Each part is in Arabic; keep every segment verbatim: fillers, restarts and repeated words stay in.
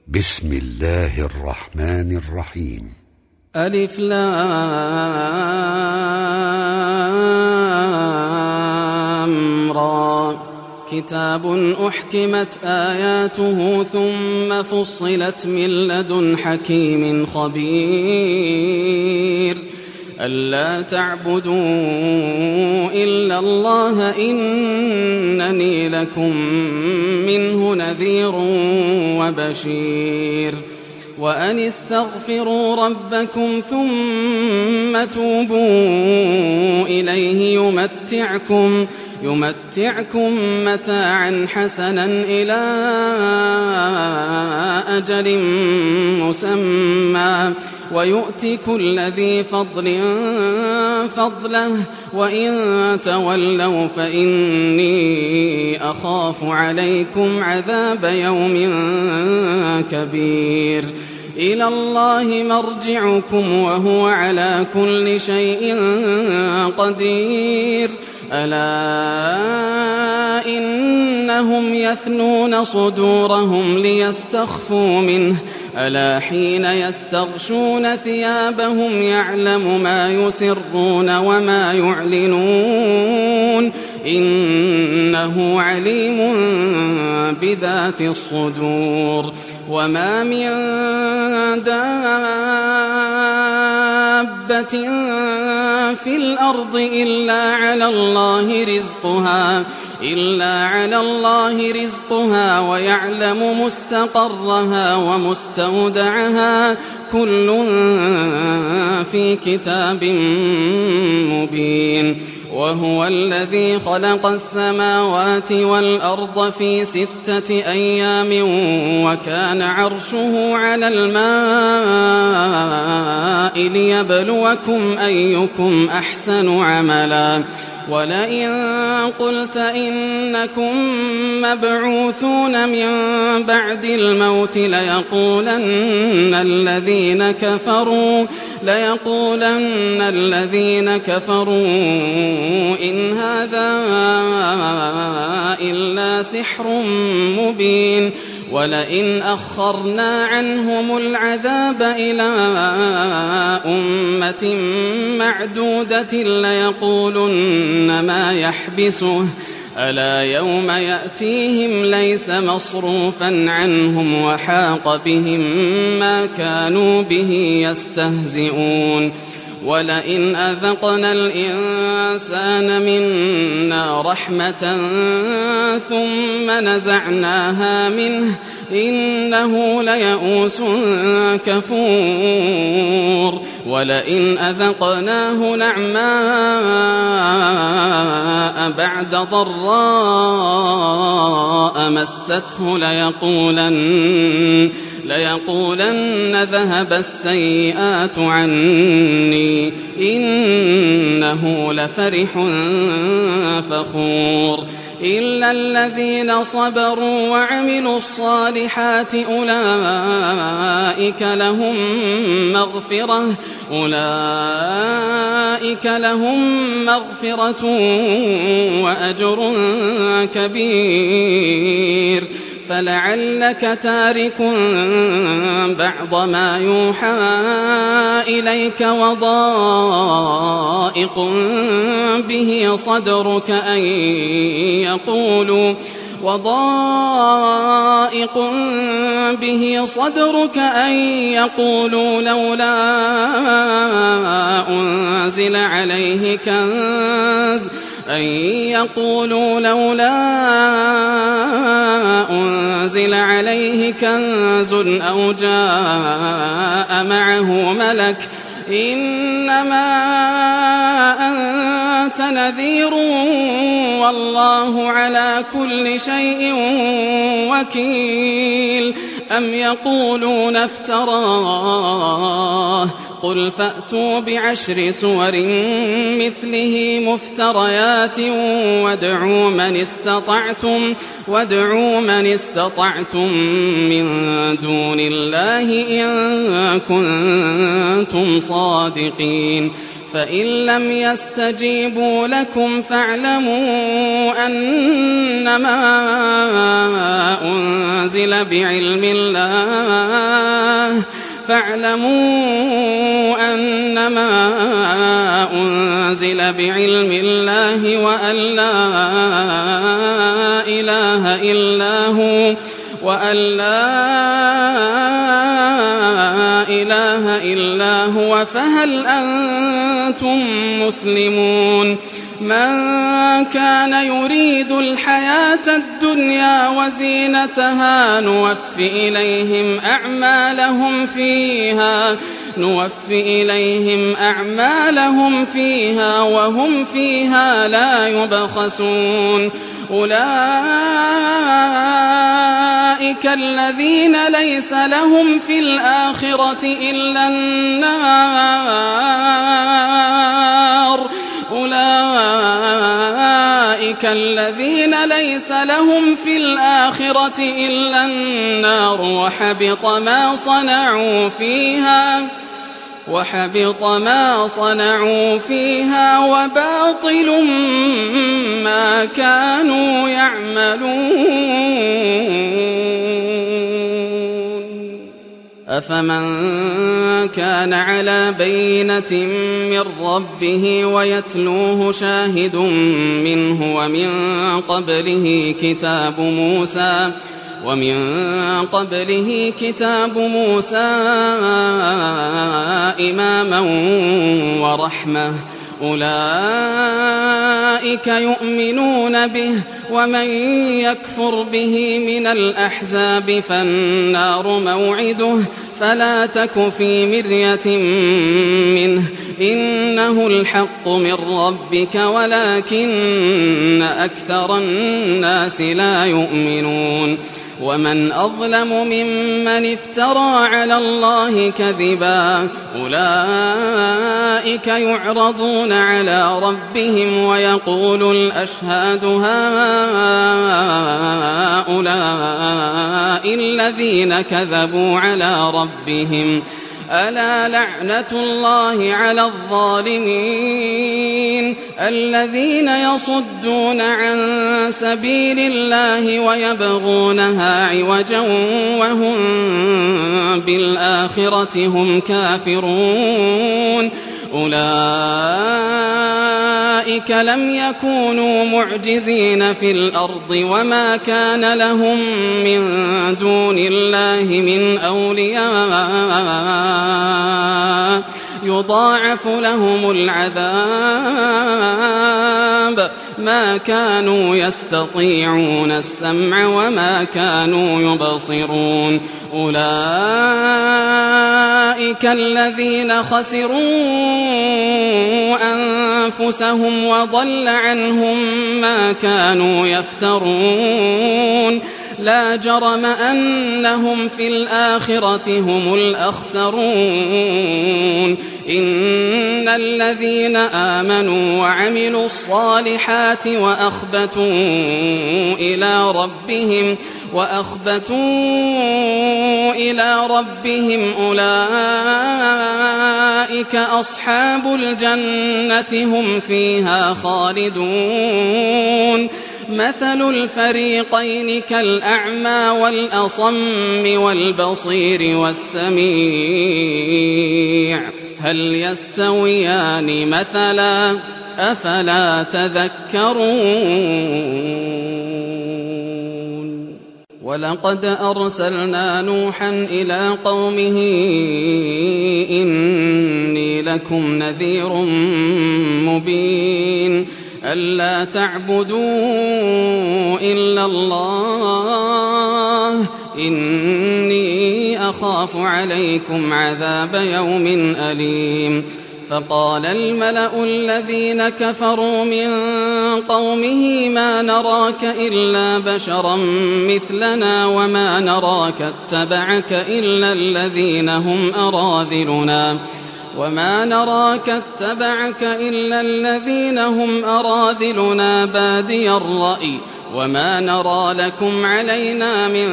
بسم الله الرحمن الرحيم. ألف لام را. كتاب أحكمت آياته ثم فصلت من لدن حكيم خبير ألا تعبدوا إلا الله إنني لكم منه نذير وبشير وأن استغفروا ربكم ثم توبوا إليه يمتعكم يمتعكم متاعا حسنا إلى أجل مسمى ويؤتي كل ذي فضل فضله وإن تولوا فإني أخاف عليكم عذاب يوم كبير إلى الله مرجعكم وهو على كل شيء قدير ألا إنهم يثنون صدورهم ليستخفوا منه ألا حين يستغشون ثيابهم يعلم ما يسرون وما يعلنون إنه عليم بذات الصدور وما من دابة في الأرض إلا على الله رزقها إلا على الله رزقها ويعلم مستقرها ومستودعها كل في كتاب مبين وهو الذي خلق السماوات والأرض في ستة أيام وكان عرشه على الماء ليبلوكم أيكم أحسن عملا ولئن قلت إنكم مبعوثون من بعد الموت ليقولن الذين كفروا ليقولن الذين كفروا إن هذا إلا سحر مبين ولئن أخرنا عنهم العذاب إلى أمة معدودة ليقولن ما يحبسه ألا يوم يأتيهم ليس مصروفا عنهم وحاق بهم ما كانوا به يستهزئون ولئن أذقنا الإنسان منا رحمة ثم نزعناها منه إنه ليئوس كفور ولئن أذقناه نعماء بعد ضراء مسته ليقولن ليقولن ذهب السيئات عني إنه لفرح فخور إلا الذين صبروا وعملوا الصالحات أولئك لهم مغفرة أولئك لهم مغفرة وأجر كبير فلعلك تارك بعض ما يوحى إليك وضائق به صدرك أن يقولوا وضائق به صدرك أن يقولوا لولا أنزل عليه كنز أن يقولوا لولا أنزل عليه كنز أو جاء معه ملك إنما أنت نذير والله على كل شيء وكيل أم يقولون افتراه قل فأتوا بعشر سور مثله مفتريات وادعوا من استطعتم وادعوا من استطعتم من دون الله إن كنتم صادقين فإن لم يستجيبوا لكم فاعلموا أنما أنزل بعلم الله فاعلموا أنما أنزل بعلم الله وأن لا إله إلا هو وأن لا إله إلا هو فهل أنتم مسلمون من كان يريد الحياة الدنيا وزينتها نوفي إليهم أعمالهم فيها نوفي إليهم أعمالهم فيها وهم فيها لا يبخسون أولئك الذين ليس لهم في الآخرة إلا النار أولئك الذين ليس لهم في الآخرة إلا النار وحبط ما صنعوا فيها وحبط ما صنعوا فيها وباطل ما كانوا يعملون أفمن كان على بينة من ربه ويتلوه شاهد منه ومن قبله كتاب موسى ومن قبله كتاب موسى إماما ورحمة أولئك يؤمنون به ومن يكفر به من الأحزاب فالنار موعده فلا تك في مرية منه إنه الحق من ربك ولكن أكثر الناس لا يؤمنون ومن أظلم ممن افترى على الله كذبا أولئك يعرضون على ربهم ويقول الأشهاد هؤلاء الذين كذبوا على ربهم ألا لعنة الله على الظالمين الذين يصدون عن سبيل الله ويبغونها عوجا وهم بالآخرة هم كافرون أولئك لم يكونوا معجزين في الأرض وما كان لهم من دون الله من أولياء يضاعف لهم العذاب ما كانوا يستطيعون السمع وما كانوا يبصرون أولئك الذين خسروا أنفسهم وضل عنهم ما كانوا يفترون لا جرم أنهم في الآخرة هم الأخسرون إن الذين آمنوا وعملوا الصالحات وأخبتوا إلى ربهم وأخبتوا إلى ربهم أولئك أصحاب الجنة هم فيها خالدون مثل الفريقين كالأعمى والأصم والبصير والسميع هل يستويان مثلا أفلا تذكرون ولقد أرسلنا نوحا إلى قومه إني لكم نذير مبين ألا تعبدوا إلا الله إني أخاف عليكم عذاب يوم أليم فقال الملأ الذين كفروا من قومه ما نراك إلا بشرا مثلنا وما نراك اتبعك إلا الذين هم أراذلنا وما نراك اتبعك إلا الذين هم أراذلنا بادي الرأي وما نرى لكم علينا من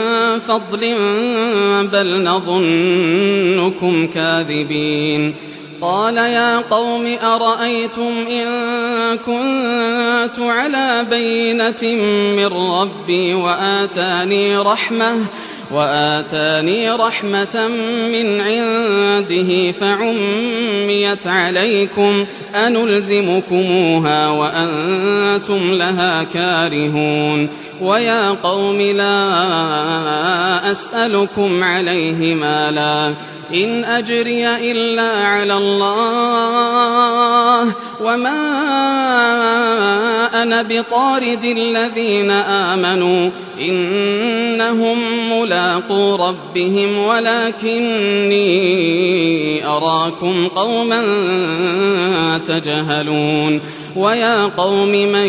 فضل بل نظنكم كاذبين قال يا قوم أرأيتم إن كنت على بينة من ربي وآتاني رحمة وآتاني رحمة من عنده فعميت عليكم أنلزمكموها وأنتم لها كارهون ويا قوم لا أسألكم عليه مالا إن أجري إلا على الله وما أنا بطارد الذين آمنوا إنهم ملاقو ربهم ولكني أراكم قوما تجهلون ويا قوم من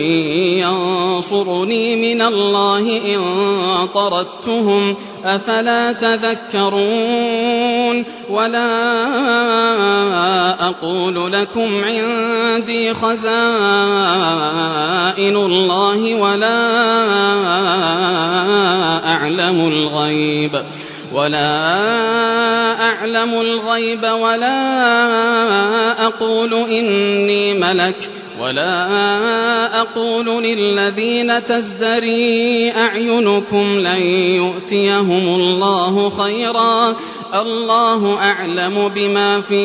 ينصرني من الله إن طردتهم أفلا تذكرون ولا أقول لكم عندي خزائن الله ولا أعلم الغيب ولا أعلم الغيب ولا أقول إني ملك ولا أقول للذين تزدري أعينكم لن يؤتيهم الله خيرا الله أعلم بما في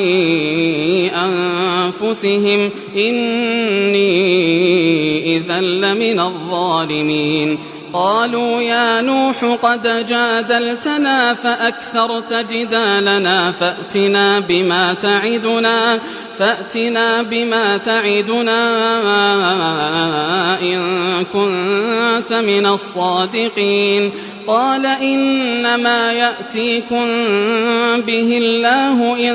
أنفسهم إني إذا لمن الظالمين قالوا يا نوح قد جادلتنا فأكثرت جدالنا فأتنا بما تعدنا فأتنا بما تعدنا إن كنت من الصادقين قال إنما يأتيكم به الله إن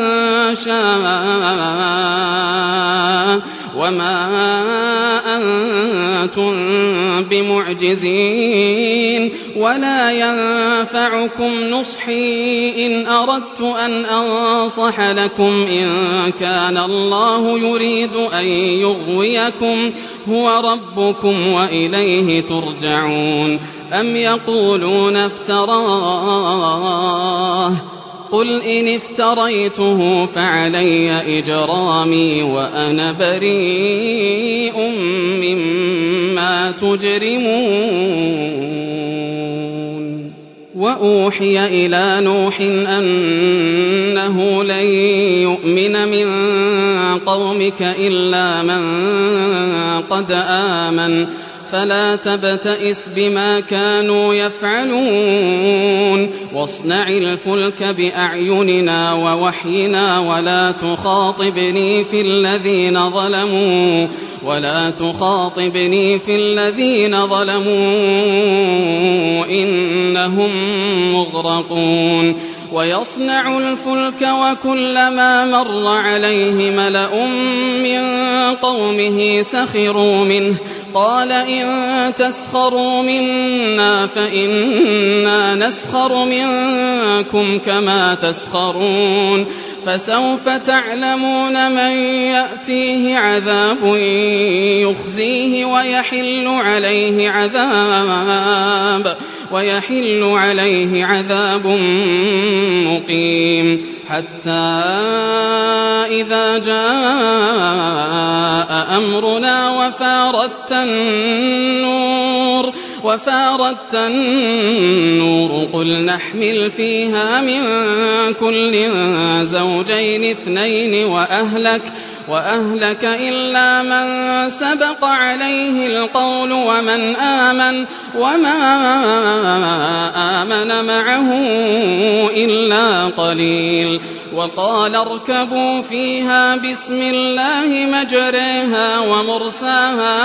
شاء وما أنتم بمعجزين ولا ينفعكم نصحي إن أردت أن أنصح لكم إن كان الله يريد أن يغويكم هو ربكم وإليه ترجعون أم يقولون افتراه قل إن افتريته فعلي إجرامي وأنا بريء مما تجرمون وأوحي إلى نوح أنه لن يؤمن من قومك إلا من قد آمن فلا تبتئس بما كانوا يفعلون واصنع الفلك بأعيننا ووحينا ولا تخاطبني في الذين ظلموا ولا تخاطبني في الذين ظلموا إنهم مغرقون ويصنع الفلك وكلما مر عليه ملأ من قومه سخروا منه قال إن تسخروا منا فإنا نسخر منكم كما تسخرون فسوف تعلمون من يأتيه عذاب يخزيه ويحل عليه عذاب ويحل عليه عذاب مقيم حتى إذا جاء أمرنا وفارت النور وفارت النور قل نحمل فيها من كل زوجين اثنين وأهلك وأهلك إلا من سبق عليه القول ومن آمن وما آمن معه إلا قليل وقال اركبوا فيها بسم الله مجريها ومرساها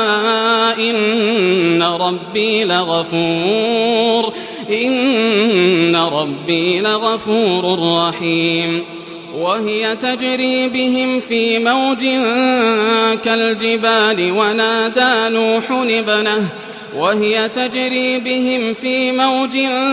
إن ربي لغفور إن ربي لغفور رحيم وهي تجري بهم في موج كالجبال ونادى نوح ابنه وهي تجري بهم في موج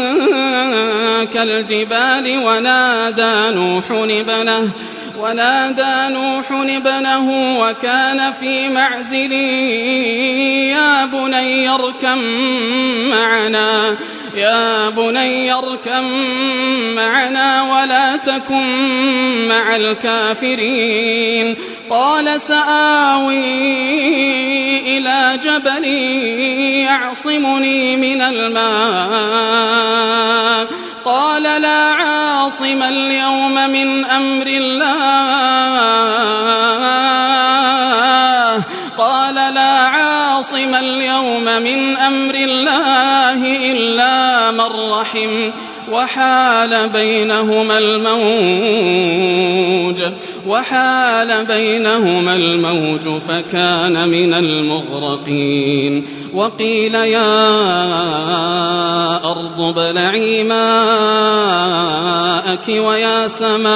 كالجبال ونادى نوح ابنه ونادى نوح ابنه وكان في معزل يا بني اركب معنا يا بني اركب معنا ولا تكن مع الكافرين قال سآوي إلى جبل يعصمني من الماء قال لا عاصم اليوم من أمر الله قال لا عاصم اليوم من أمر الله إلا من رحم وحال بينهما الموج وحال بينهما الموج فكان من المغرقين وقيل يا أرض ابلعي ماءك ويا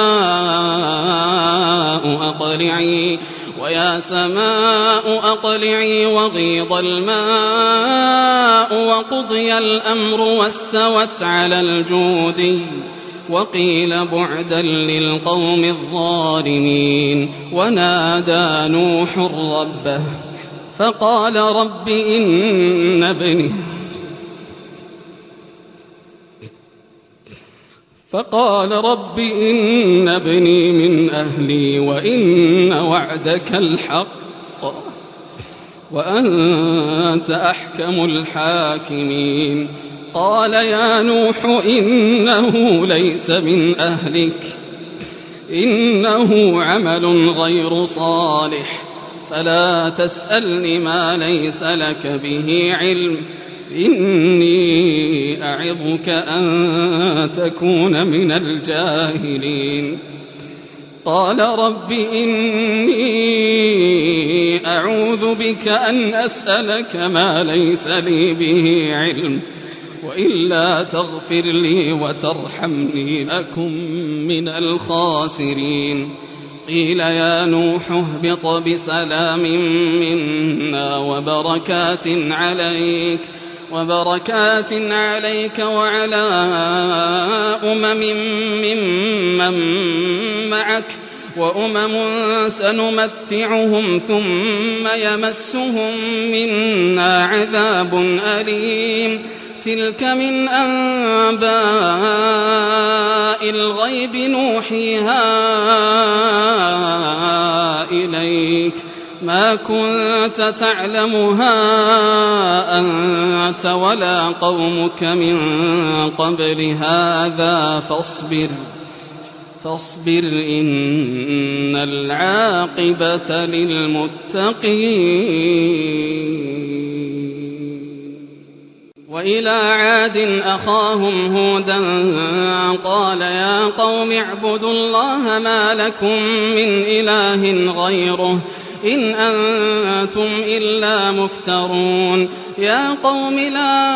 سماء أقلعي ويا سماء أقلعي وغيض الماء وقضي الأمر واستوت على الجودي وقيل بعدا للقوم الظالمين ونادى نوح ربه فقال رب إن ابني فقال رب إن ابني من أهلي وإن وعدك الحق وأنت أحكم الحاكمين قال يا نوح إنه ليس من أهلك إنه عمل غير صالح فلا تسألني ما ليس لك به علم إني أعظك أن تكون من الجاهلين قال رب إني أعوذ بك أن أسألك ما ليس لي به علم وإلا تغفر لي وترحمني أكن من الخاسرين قيل يا نوح اهبط بسلام منا وبركات عليك وبركات عليك وعلى أمم ممن معك وأمم سنمتعهم ثم يمسهم منا عذاب أليم تلك من أنباء الغيب نوحيها إليك ما كنت تعلمها أنت ولا قومك من قبل هذا فاصبر فاصبر إن العاقبة للمتقين وإلى عاد أخاهم هودا قال يا قوم اعبدوا الله ما لكم من إله غيره إن أنتم إلا مفترون يا قوم لا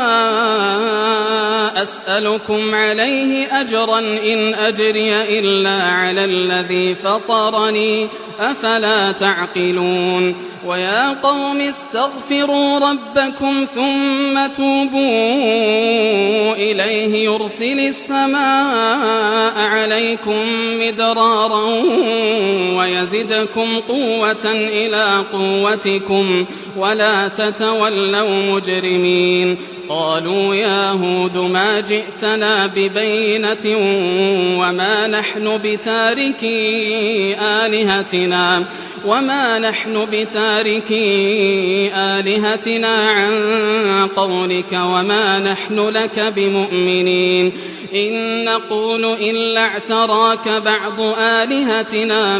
أسألكم عليه أجرا إن أجري إلا على الذي فطرني أفلا تعقلون ويا قوم استغفروا ربكم ثم توبوا إليه يرسل السماء عليكم مدرارا ويزدكم قوة إلى قوتكم ولا تتولوا مجرمين قالوا يا هود ما جئتنا ببينة وما نحن بتاركي آلهتنا وما نحن بتاركي آلهتنا عن قولك وما نحن لك بمؤمنين إن نقول إلا اعتراك بعض آلهتنا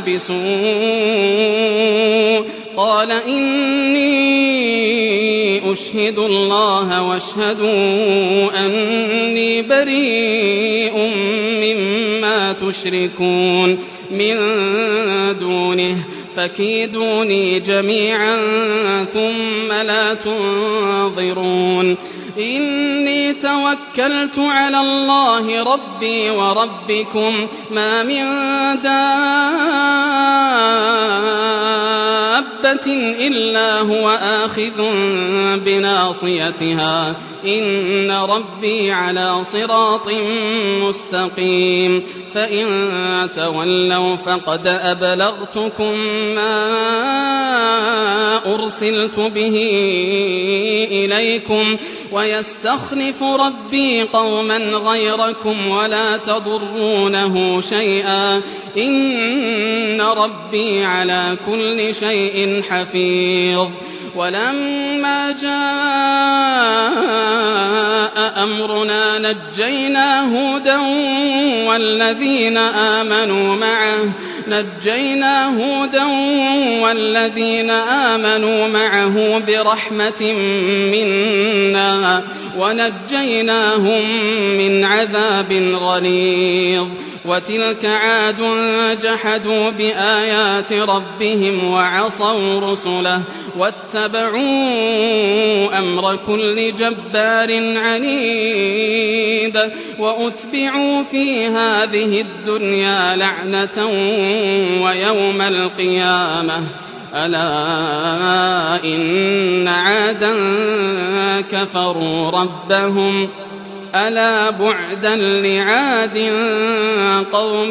بسوء قال إني أشهد الله واشهدوا أني بريء مما تشركون من دونه فكيدوني جميعا ثم لا تنظرون إني توكلت على الله ربي وربكم ما من دابة إلا هو آخذ بناصيتها إن ربي على صراط مستقيم فإن تولوا فقد أبلغتكم ما أرسلت به إليكم ويستخلف ربي قوما غيركم ولا تضرونه شيئا إن ربي على كل شيء حفيظ. ولما جاء أمرنا نجينا هودا والذين آمنوا معه نجينا هودا والذين آمنوا معه برحمة منا ونجيناهم من عذاب غليظ. وتلك عاد جحدوا بآيات ربهم وعصوا رسله واتبعوا أمر كل جبار عنيد وأتبعوا في هذه الدنيا لعنة ويوم القيامة ألا إن عادا كفروا ربهم ألا بعدا لعاد قوم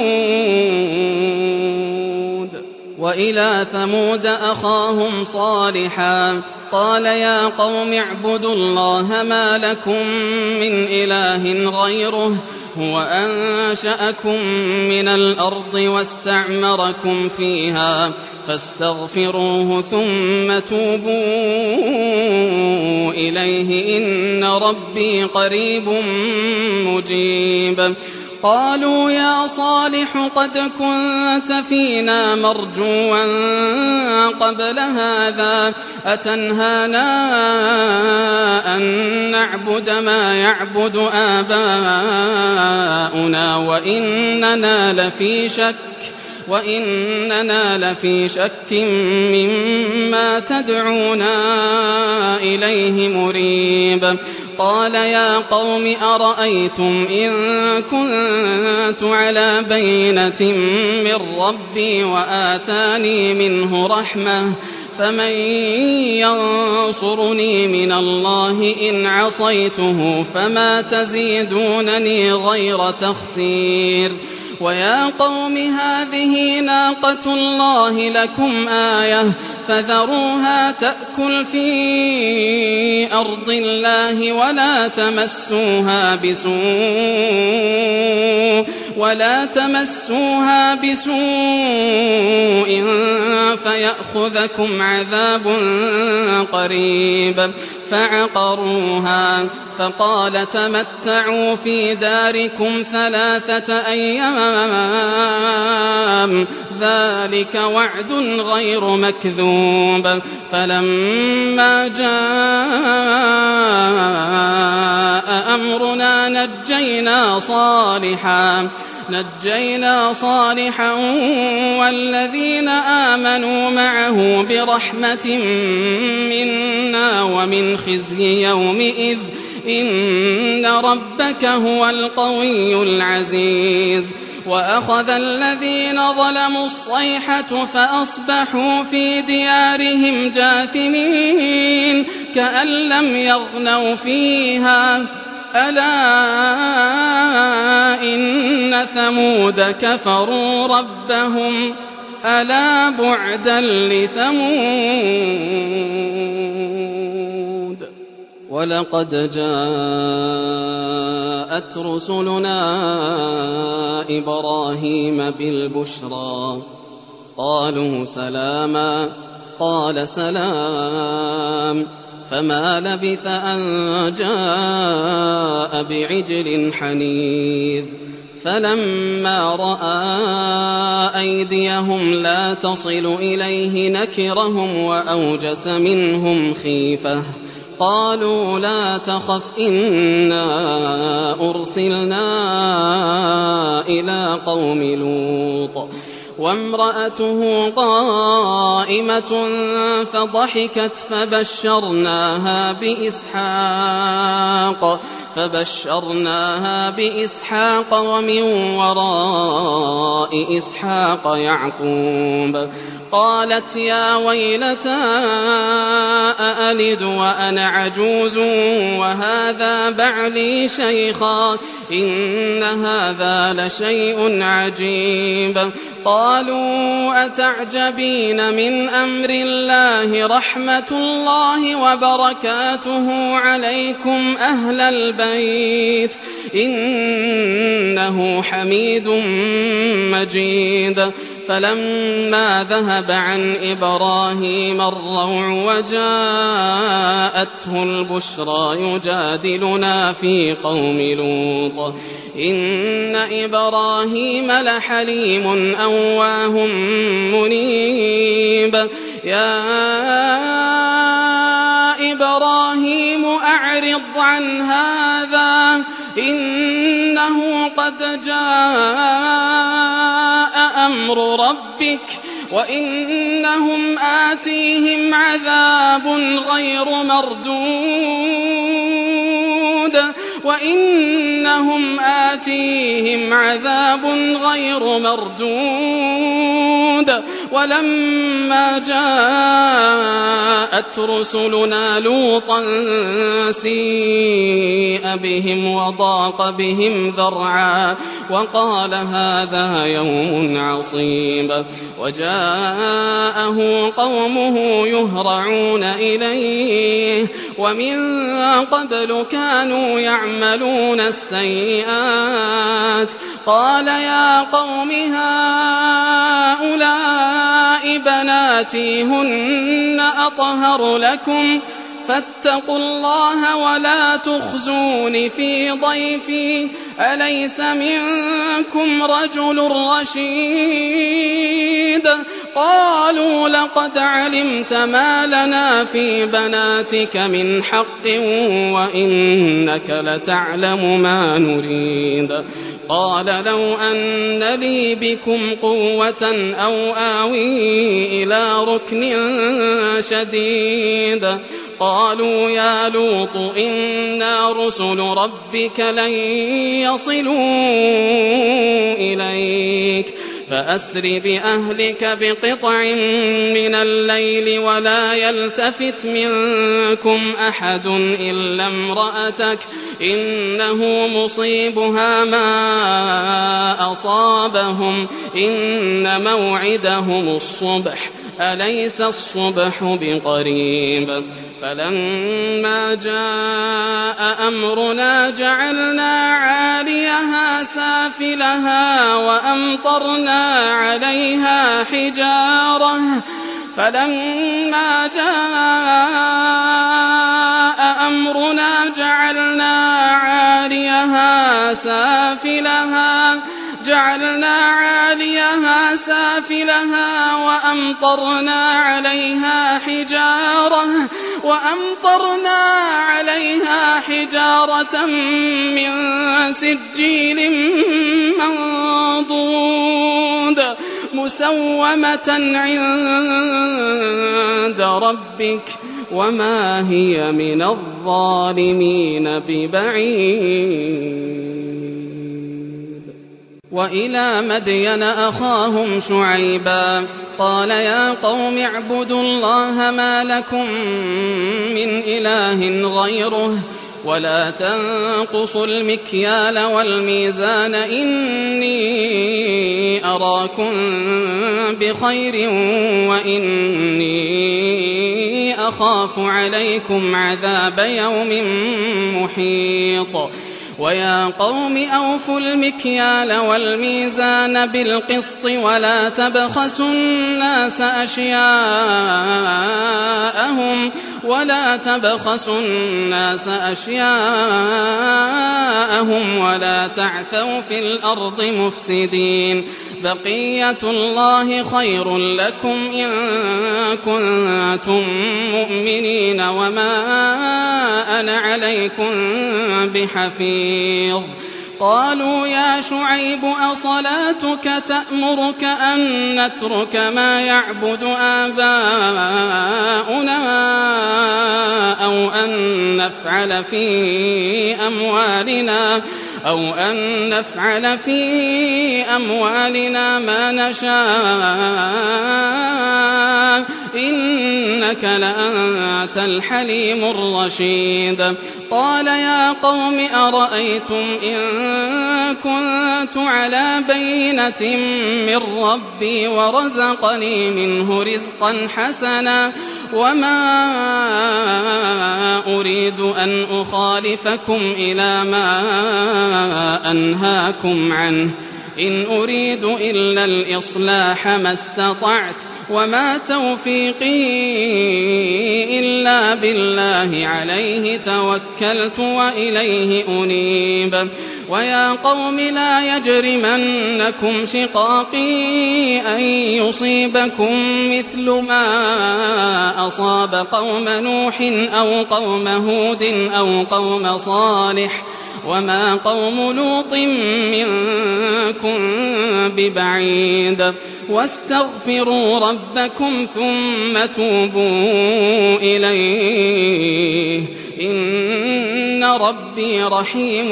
هود. وإلى ثمود أخاهم صالحا قال يا قوم اعبدوا الله ما لكم من إله غيره هو أنشأكم من الأرض واستعمركم فيها فاستغفروه ثم توبوا إليه إن ربي قريب مجيب. قالوا يا صالح قد كنت فينا مرجوا قبل هذا أتنهانا أن نعبد ما يعبد آباؤنا وإننا لفي شك وإننا لفي شك مما تدعونا إليه مريب. قال يا قوم أرأيتم إن كنت على بينة من ربي وآتاني منه رحمة فمن ينصرني من الله إن عصيته فما تزيدونني غير تخسير. ويا قوم هذه ناقة الله لكم آية فذروها تأكل في أرض الله ولا تمسوها بسوء ولا تمسوها بسوء فيأخذكم عذاب قريب. فعقروها فقال تمتعوا في داركم ثلاثة أيام ذلك وعد غير مكذوب. فلما جاء أمرنا نجينا صالحا نجينا صالحا والذين آمنوا معه برحمة منا ومن خزي يومئذ إن ربك هو القوي العزيز. وأخذ الذين ظلموا الصيحة فأصبحوا في ديارهم جاثمين كأن لم يغنوا فيها ألا إن ثمود كفروا ربهم ألا بعدا لثمود. ولقد جاءت رسلنا إبراهيم بالبشرى قالوا سلاما قال سلام فما لبث أن جاء بعجل حنيذ. فلما رأى أيديهم لا تصل إليه نكرهم وأوجس منهم خيفة قالوا لا تخف إنا أرسلنا إلى قوم لوط وامرأته قائمة فضحكت فبشرناها بإسحاق فبشرناها بإسحاق ومن وراء إسحاق يعقوب. قالت يا ويلتى أألد وأنا عجوز وهذا بعلي شيخا إن هذا لشيء عجيب. قالوا أتعجبين من أمر الله رحمة الله وبركاته عليكم أهل البيت إنه حميد مجيد. فلما ذهب عن إبراهيم الروع وجاءته البشرى يجادلنا في قوم لوط إن إبراهيم لحليم أواه منيب. يا إبراهيم أعرض عن هذا إنه قد جاء أمر ربك وإنهم آتيهم عذاب غير مردود وإنهم آتيهم عذاب غير مردود. ولما جاءت رسلنا لوطا سيء بهم وضاق بهم ذرعا وقال هذا يوم عصيب. وجاءه قومه يهرعون إليه ومن قبل كانوا يعملون السيئات. قال يا قوم هؤلاء بناتي هن أطهر لكم فاتقوا الله ولا تخزون في ضيفي أليس منكم رجل رشيد. قالوا لقد علمت ما لنا في بناتك من حق وإنك لتعلم ما نريد. قال لو أن لي بكم قوة أو آوي إلى ركن شديد. قالوا يا لوط إنا رسل ربك لن يصلوا إليك فأسر بأهلك بقطع من الليل ولا يلتفت منكم أحد إلا امرأتك إنه مصيبها ما أصابهم إن موعدهم الصبح أليس الصبح بقريب. فلما جاء أمرنا جعلنا عاليها سافلها وأمطرنا عليها حجارة فلما جاء أمرنا جعلنا عاليها سافلها جعلنا عاليها سافلها وأمطرنا عليها حجارة وأمطرنا عليها حجارة من سجيل منضود مسومة عند ربك وما هي من الظالمين ببعيد. وإلى مدين أخاهم شعيبا قال يا قوم اعبدوا الله ما لكم من إله غيره ولا تنقصوا المكيال والميزان إني أراكم بخير وإني أخاف عليكم عذاب يوم محيط. ويا قوم أوفوا المكيال والميزان بالقسط ولا تبخسوا الناس أشياءهم ولا تبخسوا الناس أشياءهم ولا تعثوا في الأرض مفسدين. بقية الله خير لكم إن كنتم مؤمنين وما أنا عليكم بحفيظ. قالوا يا شعيب أصلاتك تأمرك أن نترك ما يعبد آباؤنا أو أن نفعل في أموالنا أو أن نفعل في أموالنا ما نشاء إنك لأنت الحليم الرشيد. قال يا قوم أرأيتم إن كنت على بينة من ربي ورزقني منه رزقا حسنا وما أريد أن أخالفكم إلى ما أنهاكم عنه إن أريد إلا الإصلاح ما استطعت وما توفيقي إلا بالله عليه توكلت وإليه أنيب. ويا قوم لا يجرمنكم شقاقي أن يصيبكم مثل ما أصاب قوم نوح أو قوم هود أو قوم صالح وما قوم لوط منكم ببعيد واستغفروا ربكم ثم توبوا إليه إن ربي رحيم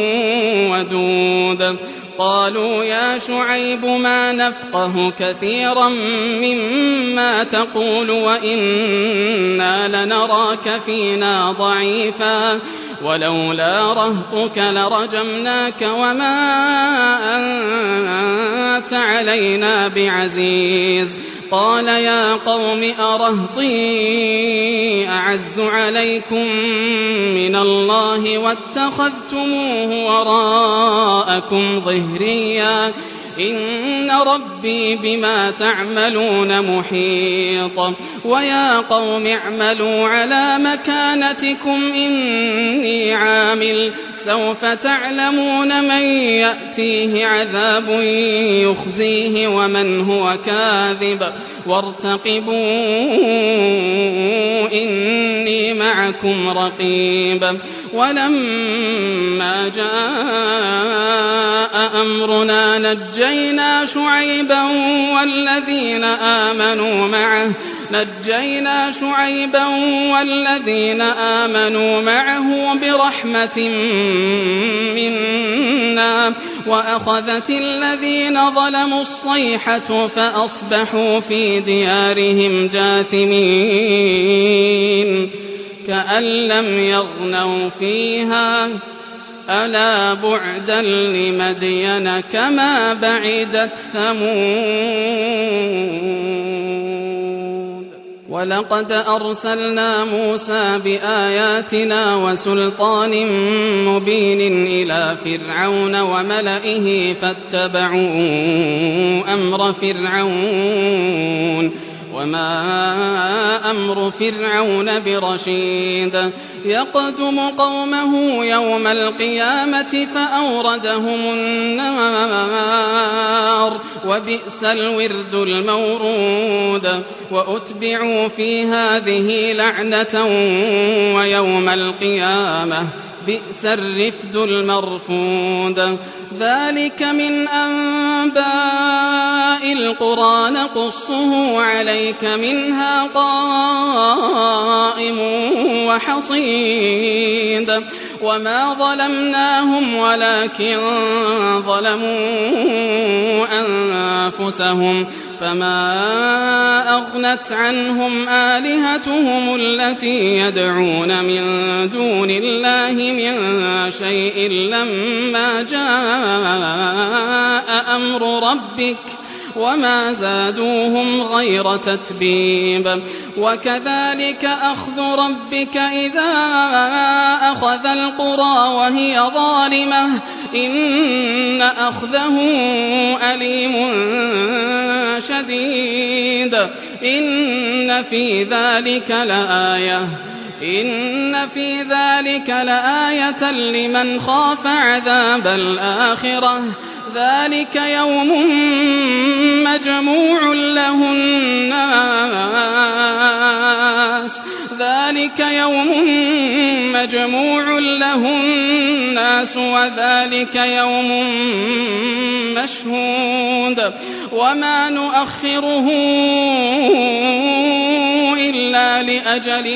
ودود. قالوا يا شعيب ما نفقه كثيرا مما تقول وإنا لنراك فينا ضعيفا ولولا رهطك لرجمناك وما أنت علينا بعزيز. قال يا قوم أرهطي أعز عليكم من الله واتخذتموه وراءكم ظهريا إن ربي بما تعملون محيط. ويا قوم اعملوا على مكانتكم إني عامل سوف تعلمون من يأتيه عذاب يخزيه ومن هو كاذب وارتقبوا إني معكم رقيب. ولما جاء أمرنا نجينا شعيبا والذين آمنوا معه نجينا شعيبا والذين آمنوا معه برحمة منا وأخذت الذين ظلموا الصيحة فأصبحوا في ديارهم جاثمين كأن لم يغنوا فيها ألا بعدا لمدين كما بعدت ثمود. ولقد أرسلنا موسى بآياتنا وسلطان مبين إلى فرعون وملئه فاتبعوا أمر فرعون وما أمر فرعون برشيد. يقدم قومه يوم القيامة فأوردهم النار وبئس الورد المورود. وأتبعوا في هذه لعنة ويوم القيامة بئس الرفد المرفود. ذلك من أنباء القرى نقصه عليك منها قائم وحصيد. وما ظلمناهم ولكن ظلموا أنفسهم فما أغنت عنهم آلهتهم التي يدعون من دون الله من شيء لما جاء أمر ربك وما زادوهم غير تتبيب. وكذلك أخذ ربك إذا أخذ القرى وهي ظالمة إن أخذه أليم شديد. إن في ذلك لآية إن في ذلك لآية لمن خاف عذاب الآخرة. ذلك يوم مجموع له الناس ذلك يوم مجموع له الناس وذلك يوم مشهود وما نؤخره إلا لأجل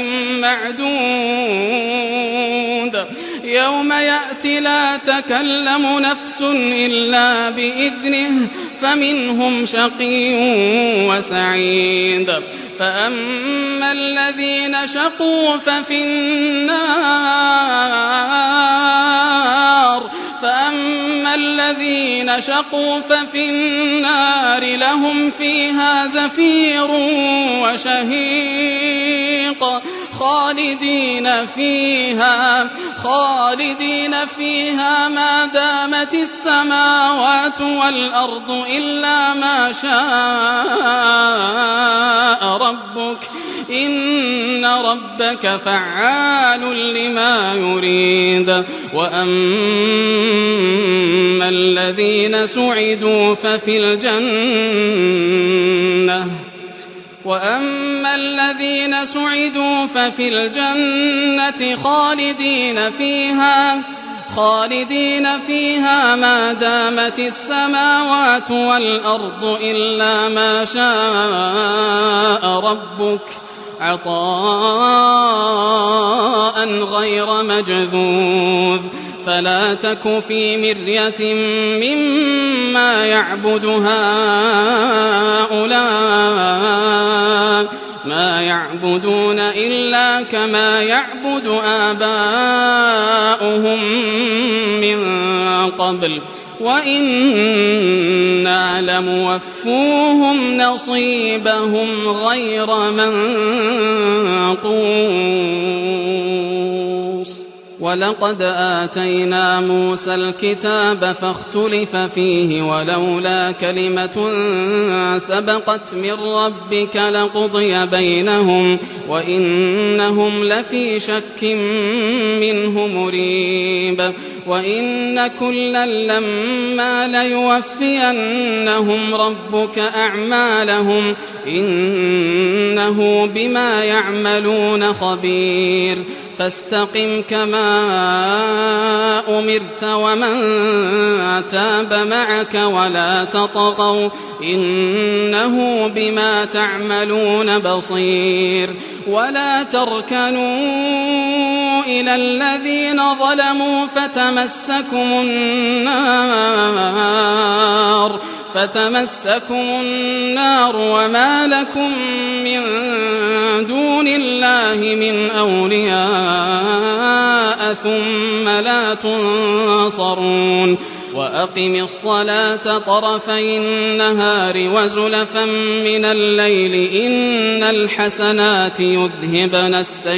معدود يوم يأتي لا تكلم نفس إلا بإذنه فمنهم شقي وسعيد فأما الذين شقوا ففي النار فأما الذين شقوا ففي النار لهم فيها زفير وشهيق خالدين فيها خالدين فيها ما دامت السماوات والأرض إلا ما شاء ربك إن ربك فعال لما يريد وأما الذين سعدوا ففي الجنة وأما الذين سعدوا ففي الجنة خالدين فيها خالدين فيها ما دامت السماوات والأرض إلا ما شاء ربك عطاء غير مجذوذ فلا تك في مرية مما يعبد هؤلاء ما يعبدون إلا كما يعبد آباؤهم من قبل وإنا لموفوهم نصيبهم غير منقوص ولقد آتينا موسى الكتاب فاختلف فيه ولولا كلمة سبقت من ربك لقضي بينهم وإنهم لفي شك منه مريب وإن كلا لما ليوفينهم ربك أعمالهم إنه بما يعملون خبير فاستقم كما أمرت ومن تاب معك ولا تطغوا إنه بما تعملون بصير ولا تركنوا إلى الذين ظلموا فتمسكم النار فتمسكم النار وما لكم من دون الله من أولياء ثم لا تنصرون وأقم الصلاة طرفي النهار وزلفا من الليل إن الحسنات يذهبن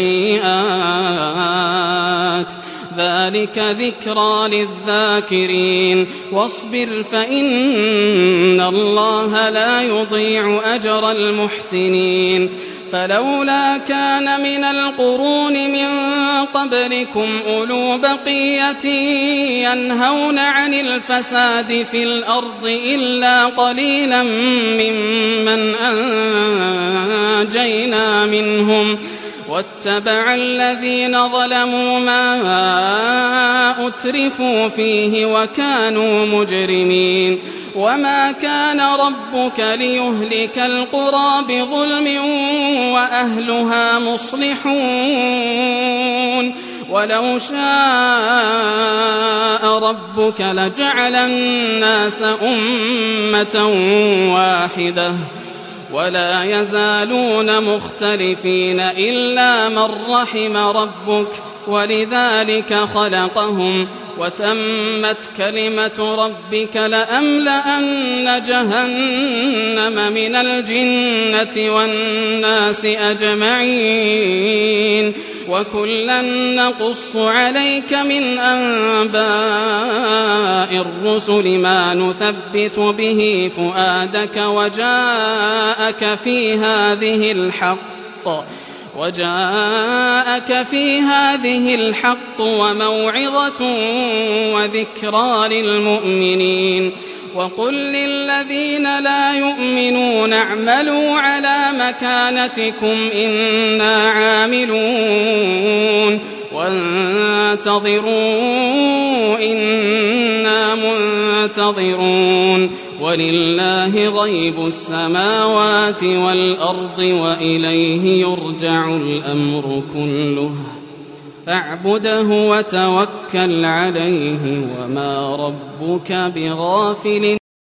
السيئات ذلك ذكرى للذاكرين واصبر فإن الله لا يضيع أجر المحسنين فلولا كان من القرون من قبلكم أولو بقية ينهون عن الفساد في الأرض إلا قليلا ممن أنجينا منهم واتبع الذين ظلموا ما أترفوا فيه وكانوا مجرمين وما كان ربك ليهلك القرى بظلم وأهلها مصلحون ولو شاء ربك لجعل الناس أمة واحدة ولا يزالون مختلفين إلا من رحم ربك ولذلك خلقهم وتمت كلمة ربك لأملأن جهنم من الجنة والناس أجمعين وكلا نقص عليك من أنباء الرسل ما نثبت به فؤادك وجاءك في هذه الحق وجاءك في هذه الحق وموعظة وذكرى للمؤمنين وقل للذين لا يؤمنون اعملوا على مكانتكم إنا عاملون وانتظروا إنا منتظرون ولله غيب السماوات والأرض وإليه يرجع الأمر كله فاعبده وتوكل عليه وما ربك بغافل